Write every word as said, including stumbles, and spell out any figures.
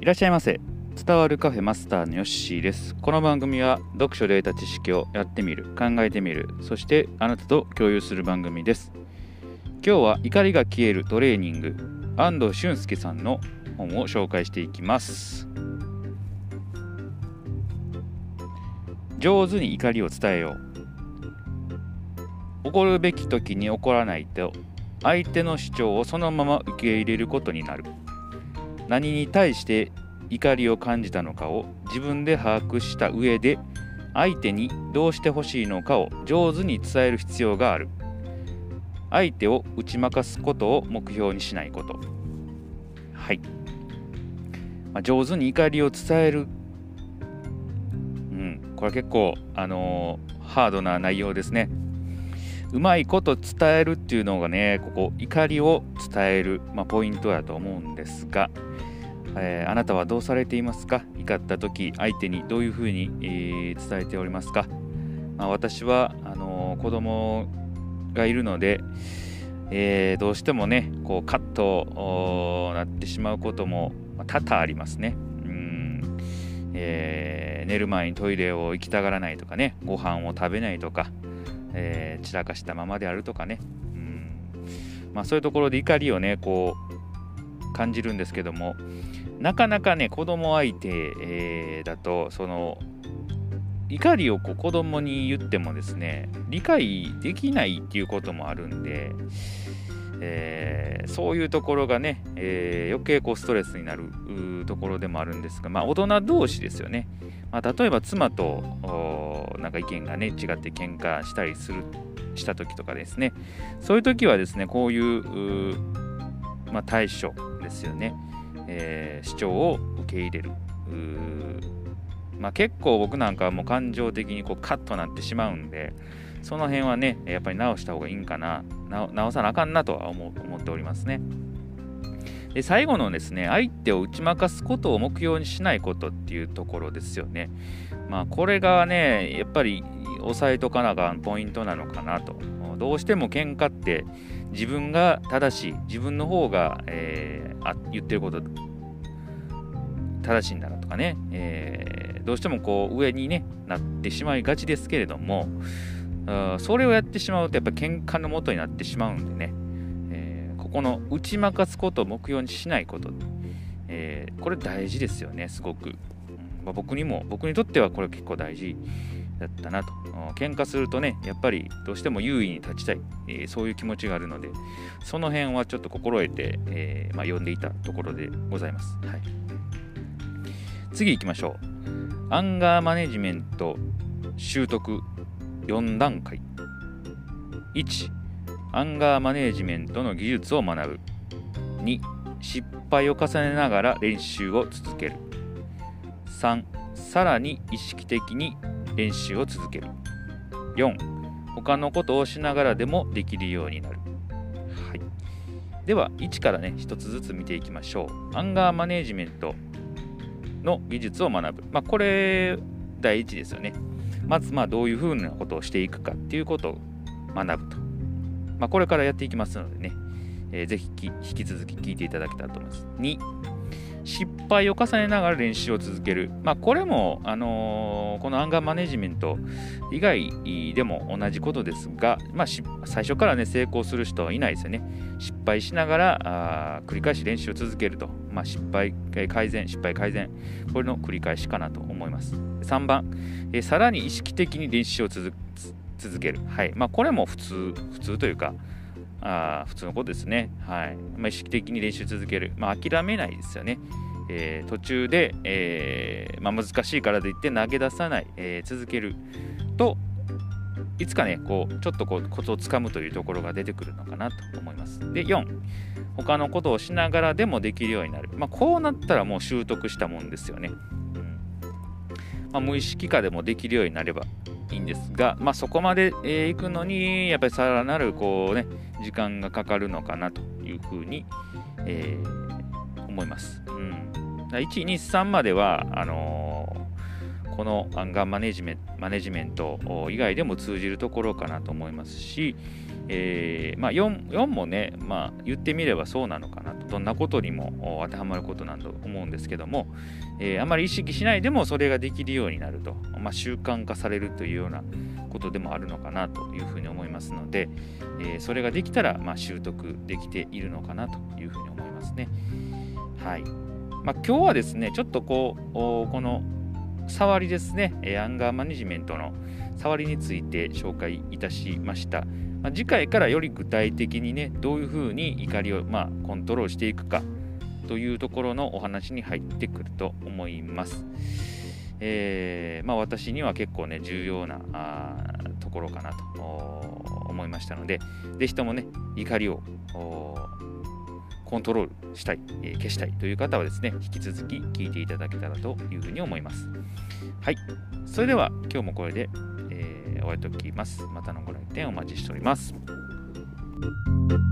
いらっしゃいませ。伝わるカフェマスターのヨッシーです。この番組は読書で得た知識をやってみる、考えてみる、そしてあなたと共有する番組です。今日は怒りが消えるトレーニング、安藤俊介さんの本を紹介していきます。上手に怒りを伝えよう。怒るべき時に怒らないと、相手の主張をそのまま受け入れることになる。何に対して怒りを感じたのかを自分で把握した上で、相手にどうしてほしいのかを上手に伝える必要がある。相手を打ち負かすことを目標にしないこと。はい、まあ、上手に怒りを伝える、うん、これ結構、あのー、ハードな内容ですね。うまいこと伝えるっていうのがね、ここ怒りを伝える、まあ、ポイントだと思うんですが、えー、あなたはどうされていますか？怒った時、相手にどういうふうに、えー、伝えておりますか？まあ、私はあのー、子供がいるので、えー、どうしてもねこうカッとなってしまうことも多々ありますね。うーん、えー、寝る前にトイレを行きたがらないとかね、ご飯を食べないとか、えー、散らかしたままであるとかね、うん、まあ、そういうところで怒りをねこう感じるんですけども、なかなかね子供相手、えー、だとその怒りをこう子供に言ってもですね理解できないっていうこともあるんで、えー、そういうところがね、えー、余計こうストレスになるところでもあるんですが、まあ大人同士ですよね。まあ、例えば妻となんか意見がね違って喧嘩したりするした時とかですね、そういう時はですねこういう、う、まあ、対処ですよね、えー、主張を受け入れる。まあ、結構僕なんかはもう感情的にこうカッとなってしまうんで、その辺はねやっぱり直した方がいいんかな、直さなあかんなとは思う思っておりますね。で最後のですね、相手を打ち負かすことを目標にしないことっていうところですよね。まあこれがねやっぱり押さえとかなあかんポイントなのかなと。どうしても喧嘩って自分が正しい、自分の方が、えー、あ言ってること正しいんだなとかね、えー、どうしてもこう上に、ね、なってしまいがちですけれども、それをやってしまうとやっぱ喧嘩の元になってしまうんでね、この打ち負かすことを目標にしないこと、えー、これ大事ですよね、すごく、うんまあ、僕にも僕にとってはこれ結構大事だったなと。喧嘩するとねやっぱりどうしても優位に立ちたい、えー、そういう気持ちがあるので、その辺はちょっと心得て、えーまあ、読んでいたところでございます。はい、次行きましょう。アンガーマネジメント習得よん段階。いちアンガーマネジメントの技術を学ぶ。に失敗を重ねながら練習を続ける。さんさらに意識的に練習を続ける。よん他のことをしながらでもできるようになる。はい、ではいちからね一つずつ見ていきましょう。アンガーマネジメントの技術を学ぶ。まあこれ第一ですよね。まずまあどういうふうなことをしていくかっていうことを学ぶと。まあ、これからやっていきますのでね、えー、ぜひ引き続き聞いていただけたらと思います。に失敗を重ねながら練習を続ける。まあ、これも、あのー、このアンガーマネジメント以外でも同じことですが、まあ、最初からね成功する人はいないですよね。失敗しながらあ繰り返し練習を続けると、まあ、失敗改善失敗改善、これの繰り返しかなと思います。さんばん、えー、さらに意識的に練習を続続ける。はい。まあ、これも普通、普通というか、あ普通のことですね。はい。まあ、意識的に練習続ける。まあ、諦めないですよね。えー、途中で、えーまあ、難しいからといって投げ出さない、えー、続けると、いつかね、こう、ちょっとこう、コツをつかむというところが出てくるのかなと思います。で、よん、他のことをしながらでもできるようになる。まあ、こうなったらもう習得したもんですよね。うんまあ、無意識化でもできるようになればいいんですが、まあ、そこまで、えー、行くのにやっぱりさらなるこうね時間がかかるのかなというふうに、えー、思います。うん、いち、に、さんまではあのー、このアンガーマネジメント、マネジメント以外でも通じるところかなと思いますし、 えーまあ、よん, よんもね、まあ、言ってみればそうなのかなと、どんなことにも当てはまることなんだと思うんですけども、えー、あまり意識しないでもそれができるようになると、まあ、習慣化されるというようなことでもあるのかなというふうに思いますので、えー、それができたら、まあ、習得できているのかなというふうに思いますね。はい。まあ、今日はですね、ちょっとこう、この触りですね、アンガーマネジメントの触りについて紹介いたしました。まあ、次回からより具体的にね、どういうふうに怒りを、まあ、コントロールしていくかというところのお話に入ってくると思います。えーまあ、私には結構ね、重要なあところかなと思いましたので、ぜひともね、怒りをコントロールしたい、えー、消したいという方はですね、引き続き聞いていただけたらというふうに思います。はい。それでは今日もこれで、えー、終わりときます。またのご来店お待ちしております。